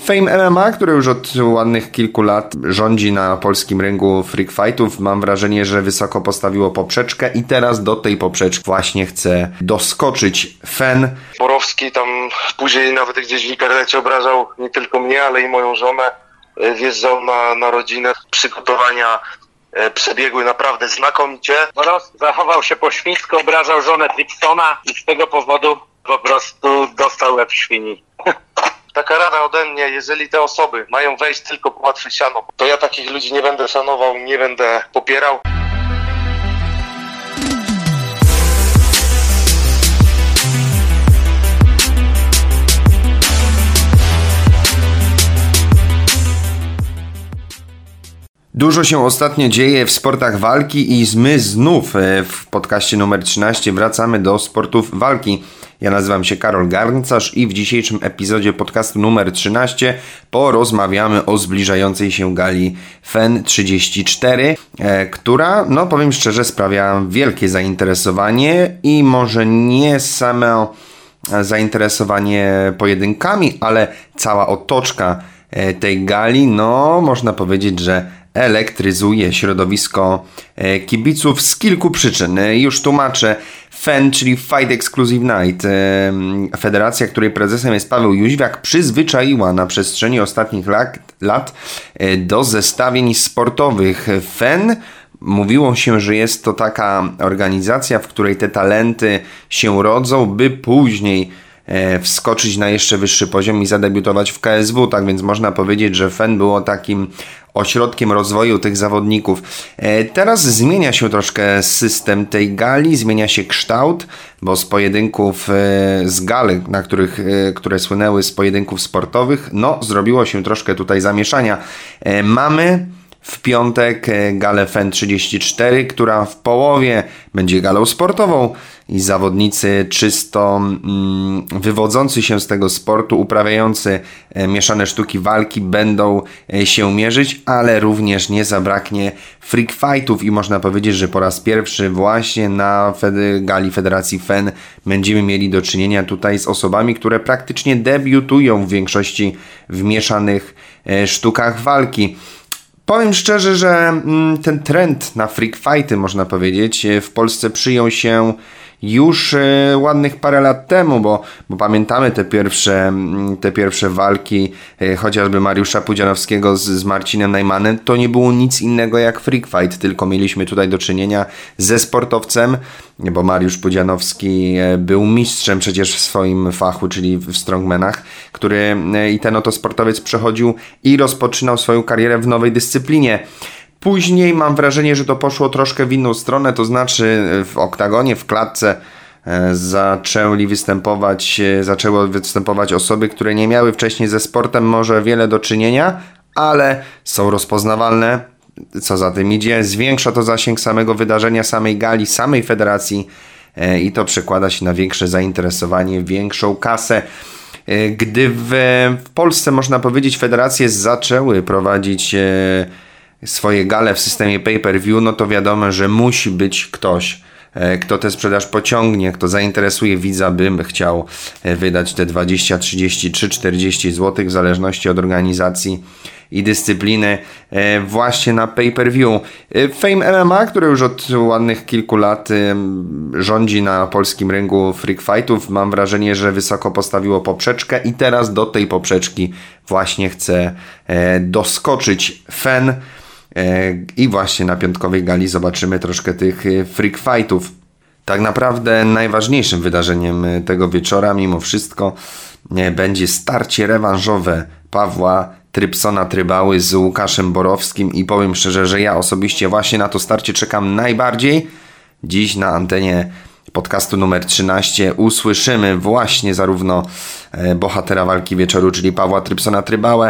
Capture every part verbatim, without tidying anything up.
Fame M M A, który już od ładnych kilku lat rządzi na polskim rynku freak fightów, mam wrażenie, że wysoko postawiło poprzeczkę i teraz do tej poprzeczki właśnie chce doskoczyć Fen. Borowski tam później nawet gdzieś w internecie obrażał nie tylko mnie, ale i moją żonę. Wjeżdżał na, na rodzinę. Przygotowania przebiegły naprawdę znakomicie. Borowski zachował się po świńsku, obrażał żonę Tripsona i z tego powodu po prostu dostał łeb świni. Taka rada ode mnie, jeżeli te osoby mają wejść tylko po łatwe siano, to ja takich ludzi nie będę szanował, nie będę popierał. Dużo się ostatnio dzieje w sportach walki i my znów w podcaście numer trzynaście wracamy do sportów walki. Ja nazywam się Karol Garncarz i w dzisiejszym epizodzie podcastu numer trzynaście porozmawiamy o zbliżającej się gali Fen trzydzieści cztery, e, która, no powiem szczerze, sprawia wielkie zainteresowanie i może nie samo zainteresowanie pojedynkami, ale cała otoczka e, tej gali, no można powiedzieć, że elektryzuje środowisko e, kibiców z kilku przyczyn. E, już tłumaczę. Fen, czyli Fight Exclusive Night, e, federacja, której prezesem jest Paweł Jóźwiak, przyzwyczaiła na przestrzeni ostatnich lat, lat e, do zestawień sportowych. Fen, mówiło się, że jest to taka organizacja, w której te talenty się rodzą, by później e, wskoczyć na jeszcze wyższy poziom i zadebiutować w K S W. Tak więc można powiedzieć, że Fen było takim ośrodkiem rozwoju tych zawodników. E, teraz zmienia się troszkę system tej gali, zmienia się kształt, bo z pojedynków e, z gali, na których, e, które słynęły z pojedynków sportowych, no zrobiło się troszkę tutaj zamieszania. E, mamy w piątek galę Fen trzydzieści cztery, która w połowie będzie galą sportową i zawodnicy czysto mm, wywodzący się z tego sportu, uprawiający e, mieszane sztuki walki będą e, się mierzyć, ale również nie zabraknie freak fightów i można powiedzieć, że po raz pierwszy właśnie na fedy- gali Federacji Fen będziemy mieli do czynienia tutaj z osobami, które praktycznie debiutują w większości w mieszanych e, sztukach walki. Powiem szczerze, że ten trend na freak fighty, można powiedzieć, w Polsce przyjął się już e, ładnych parę lat temu, bo, bo pamiętamy te pierwsze, te pierwsze walki e, chociażby Mariusza Pudzianowskiego z, z Marcinem Najmanem. To nie było nic innego jak freak fight, tylko mieliśmy tutaj do czynienia ze sportowcem, bo Mariusz Pudzianowski e, był mistrzem przecież w swoim fachu, czyli w strongmanach, który e, i ten oto sportowiec przechodził i rozpoczynał swoją karierę w nowej dyscyplinie. Później mam wrażenie, że to poszło troszkę w inną stronę, to znaczy w oktagonie, w klatce e, zaczęli występować, e, zaczęły występować osoby, które nie miały wcześniej ze sportem może wiele do czynienia, ale są rozpoznawalne. Co za tym idzie, zwiększa to zasięg samego wydarzenia, samej gali, samej federacji e, i to przekłada się na większe zainteresowanie, większą kasę. E, gdy w, w Polsce, można powiedzieć, federacje zaczęły prowadzić e, swoje gale w systemie pay-per-view, no to wiadomo, że musi być ktoś, kto tę sprzedaż pociągnie, kto zainteresuje widza, bym chciał wydać te dwadzieścia, trzydzieści czy czterdzieści złotych w zależności od organizacji i dyscypliny właśnie na pay-per-view. Fame M M A, który już od ładnych kilku lat rządzi na polskim rynku freak fightów, mam wrażenie, że wysoko postawiło poprzeczkę i teraz do tej poprzeczki właśnie chce doskoczyć Fen. I właśnie na piątkowej gali zobaczymy troszkę tych freak fightów. Tak naprawdę najważniejszym wydarzeniem tego wieczora mimo wszystko będzie starcie rewanżowe Pawła Trypsona Trybały z Łukaszem Borowskim i powiem szczerze, że ja osobiście właśnie na to starcie czekam najbardziej. Dziś na antenie podcastu numer trzynaście usłyszymy właśnie zarówno bohatera walki wieczoru, czyli Pawła Trypsona Trybałę,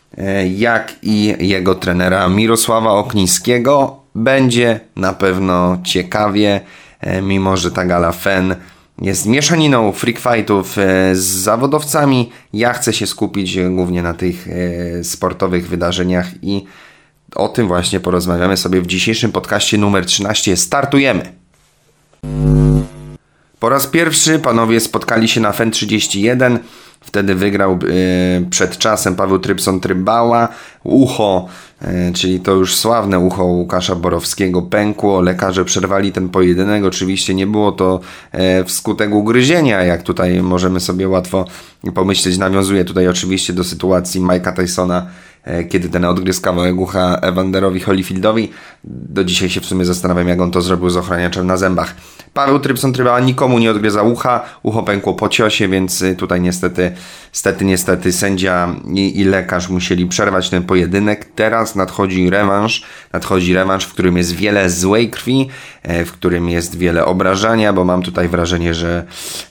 jak i jego trenera Mirosława Oknińskiego. Będzie na pewno ciekawie, mimo że ta gala Fen jest mieszaniną freak fightów z zawodowcami. Ja chcę się skupić głównie na tych sportowych wydarzeniach i o tym właśnie porozmawiamy sobie w dzisiejszym podcaście numer trzynaście. Startujemy! Po raz pierwszy panowie spotkali się na F E N trzydzieści jeden. Wtedy wygrał yy, przed czasem Paweł Trypson-Trybała. Ucho, yy, czyli to już sławne ucho Łukasza Borowskiego pękło. Lekarze przerwali ten pojedynek. Oczywiście nie było to yy, wskutek ugryzienia, jak tutaj możemy sobie łatwo pomyśleć. Nawiązuje tutaj oczywiście do sytuacji Mike'a Tysona, yy, kiedy ten odgryzł kawałek ucha Evanderowi Holyfieldowi. Do dzisiaj się w sumie zastanawiam, jak on to zrobił z ochraniaczem na zębach. Paweł Trypson-Trybała nikomu nie odgryzał ucha, ucho pękło po ciosie, więc tutaj niestety, niestety, niestety sędzia i, i lekarz musieli przerwać ten pojedynek. Teraz nadchodzi rewanż, nadchodzi rewanż, w którym jest wiele złej krwi, w którym jest wiele obrażania, bo mam tutaj wrażenie, że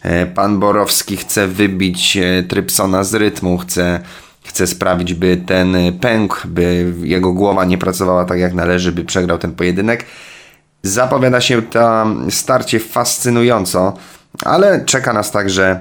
pan Borowski chce wybić Trypsona z rytmu, chce Chce sprawić, by ten pękł, by jego głowa nie pracowała tak jak należy, by przegrał ten pojedynek. Zapowiada się to starcie fascynująco, ale czeka nas także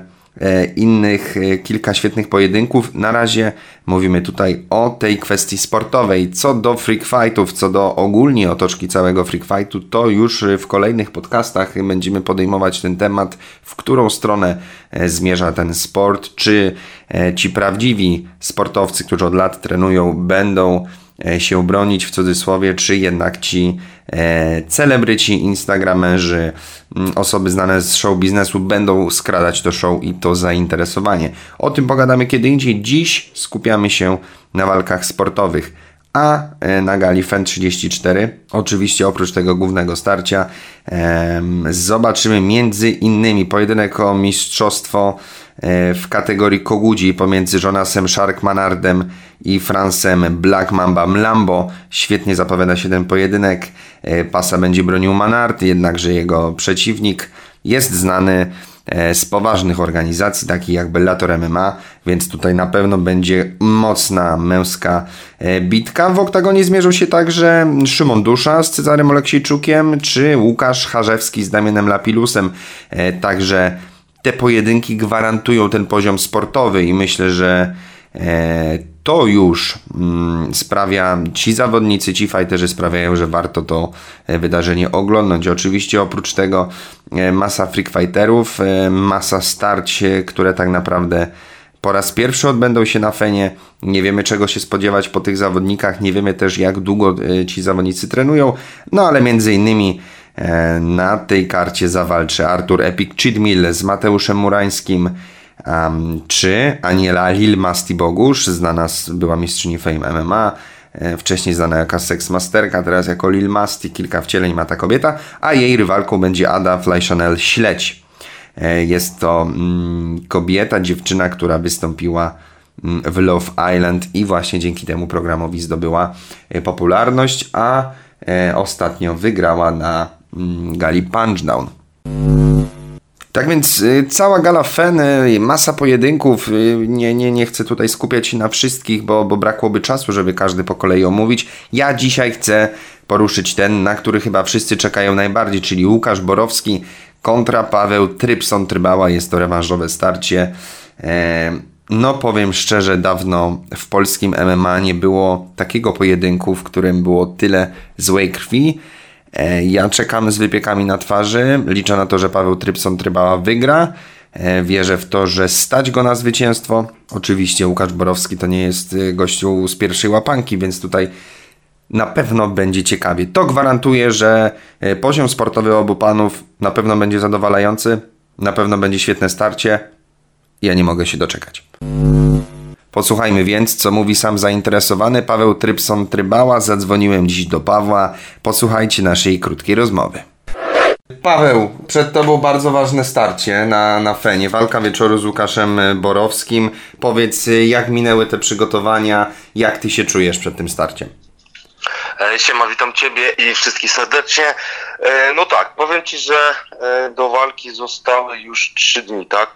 innych kilka świetnych pojedynków. Na razie mówimy tutaj o tej kwestii sportowej. Co do freak fightów, co do ogólnie otoczki całego freak fightu, to już w kolejnych podcastach będziemy podejmować ten temat, w którą stronę zmierza ten sport, czy ci prawdziwi sportowcy, którzy od lat trenują, będą się bronić w cudzysłowie, czy jednak ci e, celebryci, instagramerzy, m, osoby znane z show biznesu będą skradać to show i to zainteresowanie. O tym pogadamy kiedy indziej. Dziś skupiamy się na walkach sportowych, a e, na gali F E N trzydzieści cztery, oczywiście oprócz tego głównego starcia, e, zobaczymy między innymi pojedynek o mistrzostwo w kategorii Kogudzi pomiędzy Jonasem Shark Manardem i Francem Black Mamba Mlambo. Świetnie zapowiada się ten pojedynek. Pasa będzie bronił Manard, jednakże jego przeciwnik jest znany z poważnych organizacji, takich jak Bellator M M A, więc tutaj na pewno będzie mocna męska bitka. W oktagonie zmierzą się także Szymon Dusza z Cezarym Oleksiejczukiem, czy Łukasz Charzewski z Damianem Lapilusem. Także te pojedynki gwarantują ten poziom sportowy i myślę, że e, to już mm, sprawia, ci zawodnicy, ci fighterzy sprawiają, że warto to wydarzenie oglądać. Oczywiście oprócz tego e, masa freak fighterów, e, masa starć, które tak naprawdę po raz pierwszy odbędą się na Fenie. Nie wiemy, czego się spodziewać po tych zawodnikach, nie wiemy też, jak długo e, ci zawodnicy trenują, no ale między innymi na tej karcie zawalczy Artur Epic Chidmil z Mateuszem Murańskim, um, czy Aniela Lil Masti Bogusz, znana była mistrzyni Fame M M A, e, wcześniej znana jako seksmasterka, teraz jako Lil Masti, kilka wcieleń ma ta kobieta, a jej rywalką będzie Ada Fleischanel Śledź. E, jest to mm, kobieta, dziewczyna, która wystąpiła mm, w Love Island i właśnie dzięki temu programowi zdobyła e, popularność, a e, ostatnio wygrała na gali Punchdown. Tak więc y, cała gala F E N, y, masa pojedynków, y, nie, nie, nie chcę tutaj skupiać się na wszystkich, bo, bo brakłoby czasu, żeby każdy po kolei omówić. Ja dzisiaj chcę poruszyć ten, na który chyba wszyscy czekają najbardziej, czyli Łukasz Borowski kontra Paweł Trypson-Trybała. Jest to rewanżowe starcie. E, no powiem szczerze, dawno w polskim M M A nie było takiego pojedynku, w którym było tyle złej krwi. Ja czekam z wypiekami na twarzy, liczę na to, że Paweł Trypson-Trybała wygra, wierzę w to, że stać go na zwycięstwo. Oczywiście Łukasz Borowski to nie jest gościu z pierwszej łapanki, więc tutaj na pewno będzie ciekawie. To gwarantuje, że poziom sportowy obu panów na pewno będzie zadowalający, na pewno będzie świetne starcie. Ja nie mogę się doczekać. Posłuchajmy więc, co mówi sam zainteresowany Paweł Trypson-Trybała. Zadzwoniłem dziś do Pawła. Posłuchajcie naszej krótkiej rozmowy. Paweł, przed tobą bardzo ważne starcie na, na Fenie. Walka wieczoru z Łukaszem Borowskim. Powiedz, jak minęły te przygotowania? Jak ty się czujesz przed tym starciem? Siema, witam ciebie i wszystkich serdecznie. No tak, powiem ci, że do walki zostały już trzy dni, tak?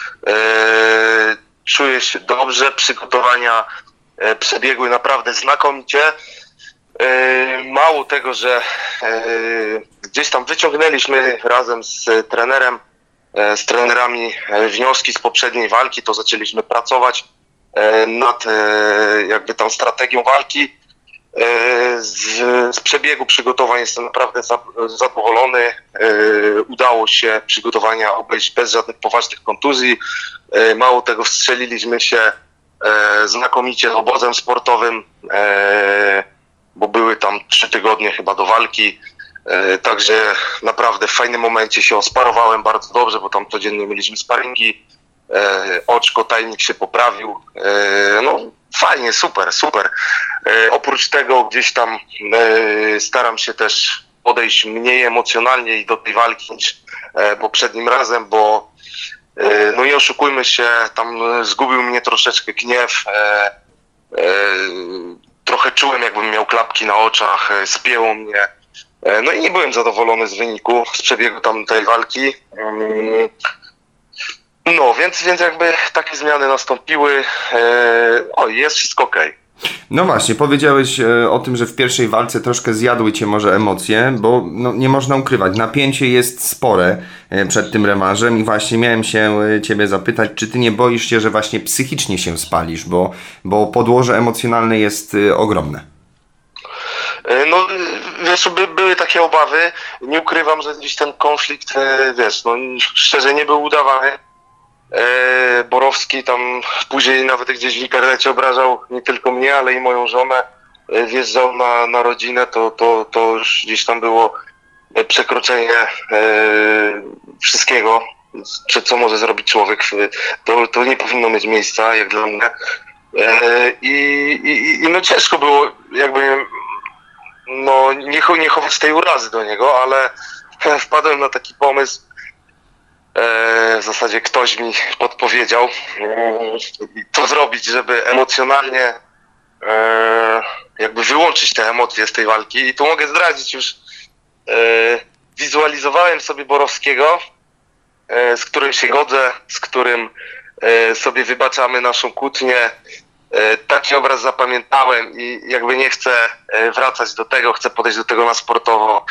Czuję się dobrze, przygotowania e, przebiegły naprawdę znakomicie. E, mało tego, że e, gdzieś tam wyciągnęliśmy razem z trenerem, e, z trenerami e, wnioski z poprzedniej walki, to zaczęliśmy pracować e, nad e, jakby tą strategią walki. Z, z przebiegu przygotowań jestem naprawdę zadowolony. Udało się przygotowania obejść bez żadnych poważnych kontuzji. Mało tego, wstrzeliliśmy się znakomicie obozem sportowym, bo były tam trzy tygodnie chyba do walki. Także naprawdę w fajnym momencie się osparowałem bardzo dobrze, bo tam codziennie mieliśmy sparingi. Oczko, tajnik się poprawił. No fajnie, super, super. Oprócz tego gdzieś tam staram się też podejść mniej emocjonalnie i do tej walki niż poprzednim razem, bo no nie oszukujmy się, tam zgubił mnie troszeczkę gniew. Trochę czułem, jakbym miał klapki na oczach, spięło mnie. No i nie byłem zadowolony z wyniku, z przebiegu tam tej walki. No, więc, więc jakby takie zmiany nastąpiły. O, jest wszystko okej. No właśnie, powiedziałeś o tym, że w pierwszej walce troszkę zjadły cię może emocje, bo no, nie można ukrywać, napięcie jest spore przed tym rewanżem i właśnie miałem się ciebie zapytać, czy ty nie boisz się, że właśnie psychicznie się spalisz, bo, bo podłoże emocjonalne jest ogromne. No, wiesz, by, były takie obawy. Nie ukrywam, że gdzieś ten konflikt, wiesz, no szczerze nie był udawany. E, Borowski tam później nawet gdzieś w internecie obrażał nie tylko mnie, ale i moją żonę. E, wjeżdżał na, na rodzinę, to, to, to już gdzieś tam było przekroczenie e, wszystkiego, czy co może zrobić człowiek. To, to nie powinno mieć miejsca, jak dla mnie. E, i, i, I no ciężko było jakby no nie, nie chować tej urazy do niego, ale wpadłem na taki pomysł. W zasadzie ktoś mi podpowiedział, co zrobić, żeby emocjonalnie jakby wyłączyć te emocje z tej walki. I tu mogę zdradzić już, wizualizowałem sobie Borowskiego, z którym się godzę, z którym sobie wybaczamy naszą kłótnię. Taki obraz zapamiętałem i jakby nie chcę wracać do tego, chcę podejść do tego na sportowo.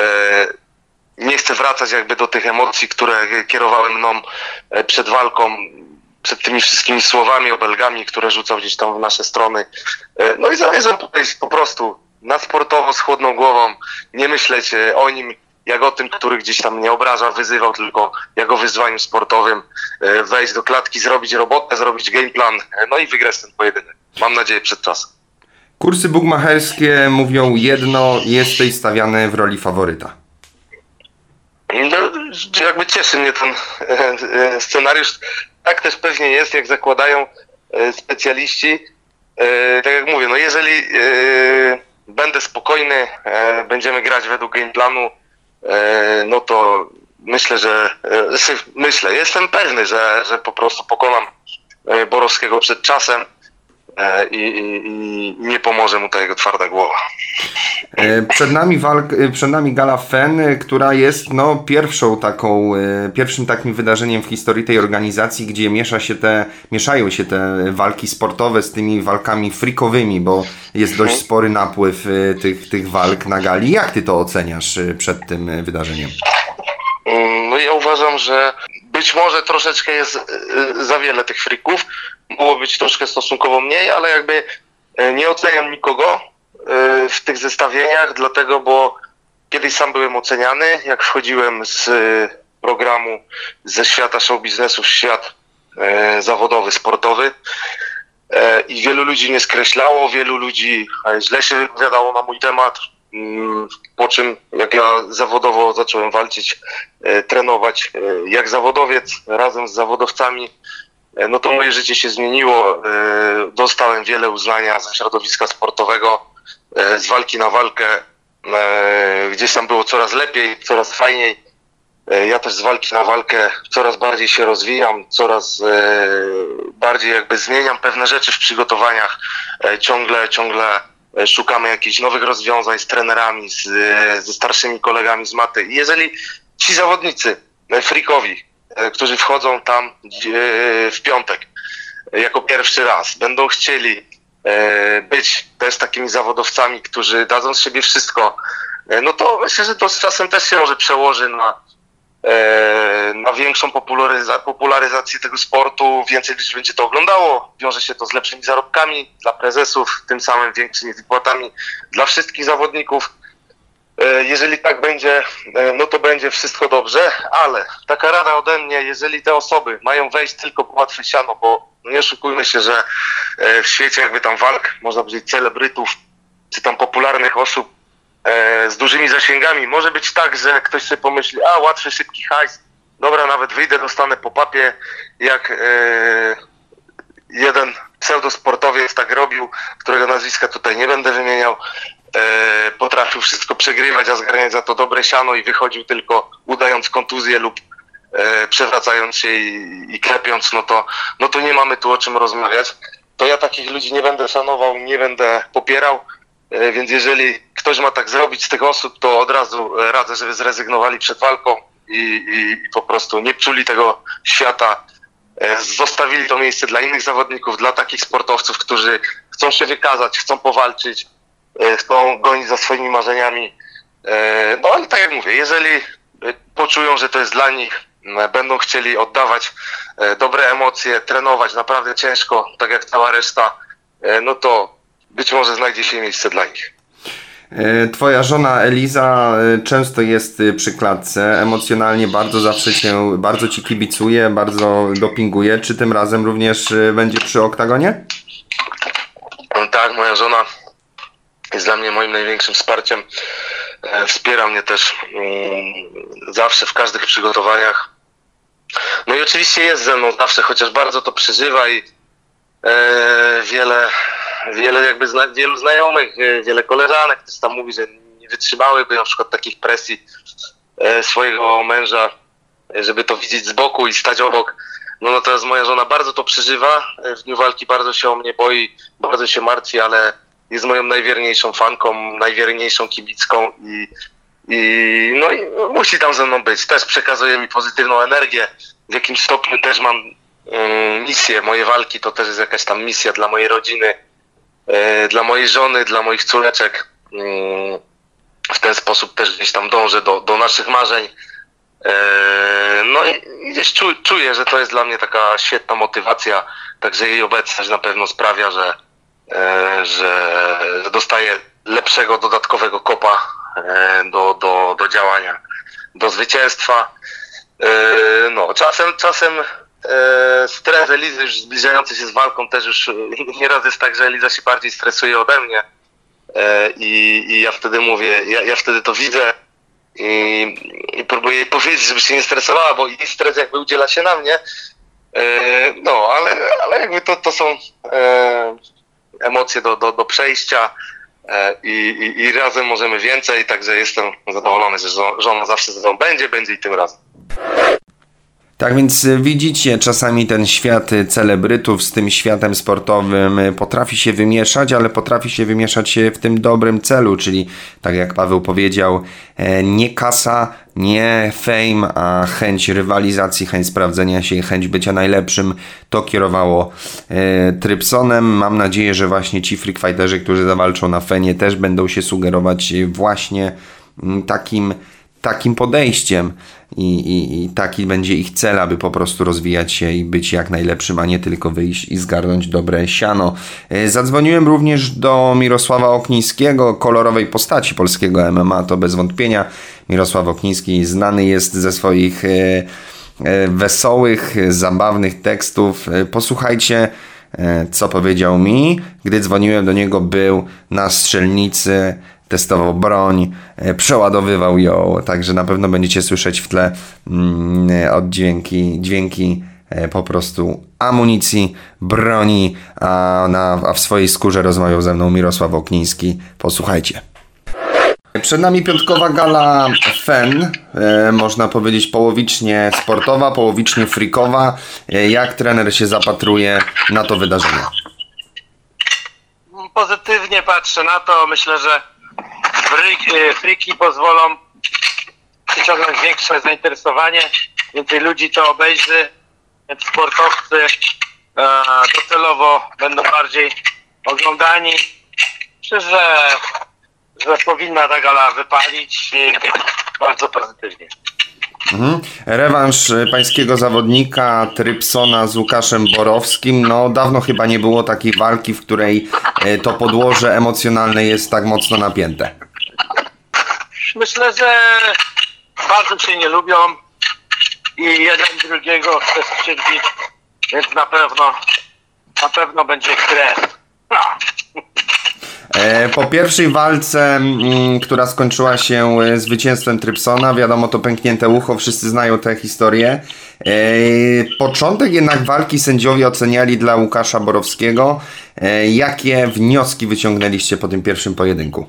Nie chcę wracać jakby do tych emocji, które kierowały mną przed walką, przed tymi wszystkimi słowami, obelgami, które rzucał gdzieś tam w nasze strony. No i zamierzam podejść po prostu na sportowo, z chłodną głową, nie myśleć o nim jak o tym, który gdzieś tam mnie obrażał, wyzywał, tylko jak o wyzwaniu sportowym, wejść do klatki, zrobić robotę, zrobić game plan, no i wygrać ten pojedynek. Mam nadzieję przed czasem. Kursy bukmacherskie mówią jedno, jesteś stawiany w roli faworyta. No, jakby cieszy mnie ten e, scenariusz. Tak też pewnie jest, jak zakładają e, specjaliści. E, tak jak mówię, no jeżeli e, będę spokojny, e, będziemy grać według game planu, e, no to myślę, że e, myślę, jestem pewny, że, że po prostu pokonam e, Borowskiego przed czasem. I, i, i nie pomoże mu ta jego twarda głowa. Przed nami, walk, przed nami Gala F E N, która jest no, pierwszą taką, pierwszym takim wydarzeniem w historii tej organizacji, gdzie miesza się te, mieszają się te walki sportowe z tymi walkami freakowymi, bo jest dość spory napływ tych, tych walk na gali. Jak ty to oceniasz przed tym wydarzeniem? No ja uważam, że być może troszeczkę jest za wiele tych freaków. Mogło być troszkę stosunkowo mniej, ale jakby nie oceniam nikogo w tych zestawieniach, dlatego, bo kiedyś sam byłem oceniany, jak wchodziłem z programu ze świata show biznesu w świat zawodowy, sportowy i wielu ludzi mnie skreślało, wielu ludzi źle się wypowiadało na mój temat, po czym jak ja zawodowo zacząłem walczyć, trenować jak zawodowiec razem z zawodowcami, no to moje życie się zmieniło. Dostałem wiele uznania ze środowiska sportowego, z walki na walkę. Gdzieś tam było coraz lepiej, coraz fajniej. Ja też z walki na walkę coraz bardziej się rozwijam, coraz bardziej jakby zmieniam pewne rzeczy w przygotowaniach. Ciągle, ciągle szukamy jakichś nowych rozwiązań z trenerami, z, ze starszymi kolegami z maty. I jeżeli ci zawodnicy, freakowi, którzy wchodzą tam w piątek jako pierwszy raz, będą chcieli być też takimi zawodowcami, którzy dadzą z siebie wszystko, no to myślę, że to z czasem też się może przełoży na na większą popularyza- popularyzację tego sportu, więcej ludzi będzie to oglądało, wiąże się to z lepszymi zarobkami dla prezesów, tym samym większymi wypłatami dla wszystkich zawodników. Jeżeli tak będzie, no to będzie wszystko dobrze, ale taka rada ode mnie, jeżeli te osoby mają wejść tylko po łatwe siano, bo nie oszukujmy się, że w świecie jakby tam walk, można powiedzieć celebrytów, czy tam popularnych osób z dużymi zasięgami, może być tak, że ktoś sobie pomyśli, a łatwy, szybki hajs, dobra, nawet wyjdę, dostanę po papie, jak jeden pseudosportowiec tak robił, którego nazwiska tutaj nie będę wymieniał, E, potrafił wszystko przegrywać, a zgarniać za to dobre siano i wychodził tylko udając kontuzję lub e, przewracając się i, i klepiąc, no to, no to nie mamy tu o czym rozmawiać. To ja takich ludzi nie będę szanował, nie będę popierał, e, więc jeżeli ktoś ma tak zrobić z tych osób, to od razu radzę, żeby zrezygnowali przed walką i, i, i po prostu nie psuli tego świata, e, zostawili to miejsce dla innych zawodników, dla takich sportowców, którzy chcą się wykazać, chcą powalczyć, chcą gonić za swoimi marzeniami. No ale tak jak mówię, jeżeli poczują, że to jest dla nich, będą chcieli oddawać dobre emocje, trenować naprawdę ciężko, tak jak cała reszta, no to być może znajdzie się miejsce dla nich. Twoja żona Eliza często jest przy klatce, emocjonalnie bardzo zawsze cię, bardzo ci kibicuje, bardzo dopinguje. Czy tym razem również będzie przy oktagonie? Tak, moja żona jest dla mnie moim największym wsparciem. Wspiera mnie też zawsze w każdych przygotowaniach. No i oczywiście jest ze mną zawsze, chociaż bardzo to przeżywa i wiele, wiele jakby zna, wielu znajomych, wiele koleżanek też tam mówi, że nie wytrzymałyby na przykład takich presji swojego męża, żeby to widzieć z boku i stać obok. No natomiast moja żona bardzo to przeżywa, w dniu walki bardzo się o mnie boi, bardzo się martwi, ale jest moją najwierniejszą fanką, najwierniejszą kibicką i, i, no i musi tam ze mną być. Też przekazuje mi pozytywną energię. W jakimś stopniu też mam y, misję. Moje walki to też jest jakaś tam misja dla mojej rodziny, y, dla mojej żony, dla moich córeczek. Y, w ten sposób też gdzieś tam dążę do, do naszych marzeń. Y, no i gdzieś czu, czuję, że to jest dla mnie taka świetna motywacja. Także jej obecność na pewno sprawia, że Że, że dostaje lepszego, dodatkowego kopa do, do, do działania, do zwycięstwa. No, czasem, czasem stres Elizy już zbliżający się z walką też już nieraz jest tak, że Eliza się bardziej stresuje ode mnie i, i ja wtedy mówię, ja, ja wtedy to widzę i, i próbuję jej powiedzieć, żeby się nie stresowała, bo jej stres jakby udziela się na mnie. No, ale, ale jakby to, to są emocje do, do, do przejścia e, i, i, i razem możemy więcej, także jestem zadowolony, że żona zawsze ze mną będzie, będzie i tym razem. Tak więc widzicie, czasami ten świat celebrytów z tym światem sportowym potrafi się wymieszać, ale potrafi się wymieszać w tym dobrym celu, czyli tak jak Paweł powiedział, nie kasa, nie fame, a chęć rywalizacji, chęć sprawdzenia się, chęć bycia najlepszym, to kierowało Trypsonem. Mam nadzieję, że właśnie ci freakfighterzy, którzy zawalczą na Fenie, też będą się sugerować właśnie takim takim podejściem i, i, i taki będzie ich cel, aby po prostu rozwijać się i być jak najlepszym, a nie tylko wyjść i zgarnąć dobre siano. Zadzwoniłem również do Mirosława Oknińskiego, kolorowej postaci polskiego M M A, to bez wątpienia. Mirosław Okniński znany jest ze swoich e, e, wesołych, zabawnych tekstów. Posłuchajcie, e, co powiedział mi. Gdy dzwoniłem do niego, był na strzelnicy, testował broń, przeładowywał ją, także na pewno będziecie słyszeć w tle mm, oddźwięki, dźwięki e, po prostu amunicji, broni, a, na, a w swojej skórze rozmawiał ze mną Mirosław Okniński. Posłuchajcie. Przed nami piątkowa gala Fen, e, można powiedzieć połowicznie sportowa, połowicznie freakowa. E, jak trener się zapatruje na to wydarzenie? Pozytywnie patrzę na to, myślę, że friki pozwolą przyciągnąć większe zainteresowanie, więcej ludzi to obejrzy, więc sportowcy e, docelowo będą bardziej oglądani. Myślę, że, że powinna ta gala wypalić i bardzo pozytywnie. Mhm. Rewanż pańskiego zawodnika Trypsona z Łukaszem Borowskim. No dawno chyba nie było takiej walki, w której to podłoże emocjonalne jest tak mocno napięte. Myślę, że bardzo się nie lubią i jeden drugiego chce skrzywdzić, więc na pewno na pewno będzie krew. Po pierwszej walce, która skończyła się zwycięstwem Trypsona, wiadomo, to pęknięte ucho, wszyscy znają tę historię. Początek jednak walki sędziowie oceniali dla Łukasza Borowskiego. Jakie wnioski wyciągnęliście po tym pierwszym pojedynku?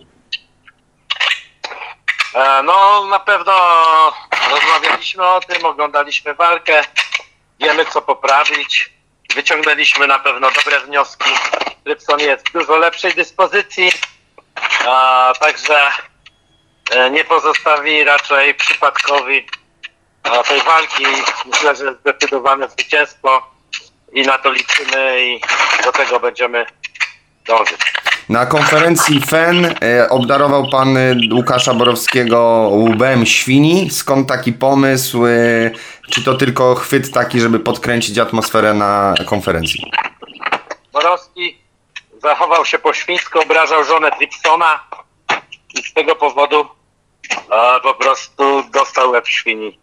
No na pewno rozmawialiśmy o tym, oglądaliśmy walkę, wiemy co poprawić. Wyciągnęliśmy na pewno dobre wnioski. Trypson jest w dużo lepszej dyspozycji, a, także e, nie pozostawi raczej przypadkowi a, tej walki. Myślę, że zdecydowane zwycięstwo i na to liczymy i do tego będziemy dążyć. Na konferencji F E N e, obdarował pan Łukasza Borowskiego łbem świni. Skąd taki pomysł? E, czy to tylko chwyt taki, żeby podkręcić atmosferę na konferencji? Borowski zachował się po świńsku, obrażał żonę Trypsona i z tego powodu a, po prostu dostał łeb świni.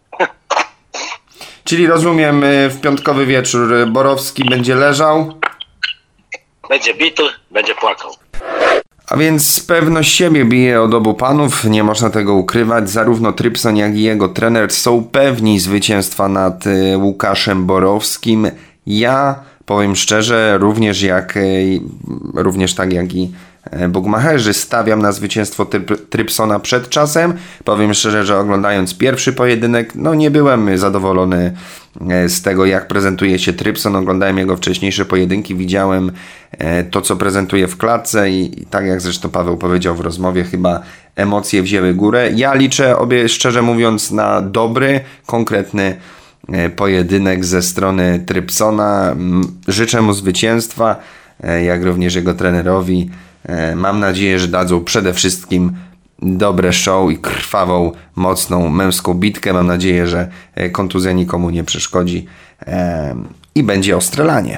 Czyli rozumiem, w piątkowy wieczór Borowski będzie leżał? Będzie bity, będzie płakał. A więc pewność siebie bije od obu panów, nie można tego ukrywać. Zarówno Trypson, jak i jego trener są pewni zwycięstwa nad Łukaszem Borowskim. Ja powiem szczerze, również jak również tak jak i bugmacherzy, stawiam na zwycięstwo Trypsona przed czasem. Powiem szczerze, że oglądając pierwszy pojedynek, no nie byłem zadowolony z tego, jak prezentuje się Trypson. Oglądałem jego wcześniejsze pojedynki, widziałem to, co prezentuje w klatce i, i tak jak zresztą Paweł powiedział w rozmowie, chyba emocje wzięły górę. Ja liczę, obie szczerze mówiąc, na dobry, konkretny pojedynek ze strony Trypsona. Życzę mu zwycięstwa, jak również jego trenerowi. Mam nadzieję, że dadzą przede wszystkim dobre show i krwawą, mocną, męską bitkę. Mam nadzieję, że kontuzja nikomu nie przeszkodzi i będzie ostrzelanie.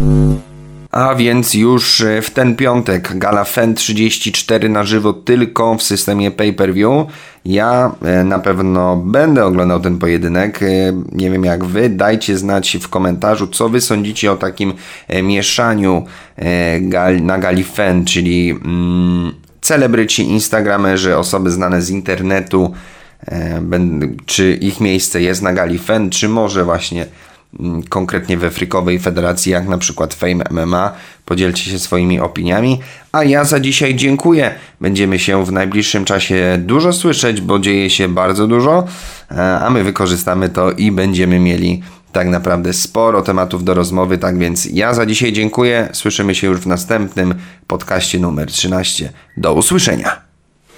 A więc już w ten piątek Gala F E N trzydzieści cztery na żywo tylko w systemie pay-per-view. Ja na pewno będę oglądał ten pojedynek. Nie wiem jak wy, dajcie znać w komentarzu, co wy sądzicie o takim mieszaniu na Gali F E N, czyli mm, celebryci, instagramerzy, osoby znane z internetu, czy ich miejsce jest na Gali F E N, czy może właśnie konkretnie we frikowej federacji, jak na przykład Fame M M A. Podzielcie się swoimi opiniami. A ja za dzisiaj dziękuję. Będziemy się w najbliższym czasie dużo słyszeć, bo dzieje się bardzo dużo, a my wykorzystamy to i będziemy mieli tak naprawdę sporo tematów do rozmowy. Tak więc ja za dzisiaj dziękuję. Słyszymy się już w następnym podcaście numer trzynaście. Do usłyszenia.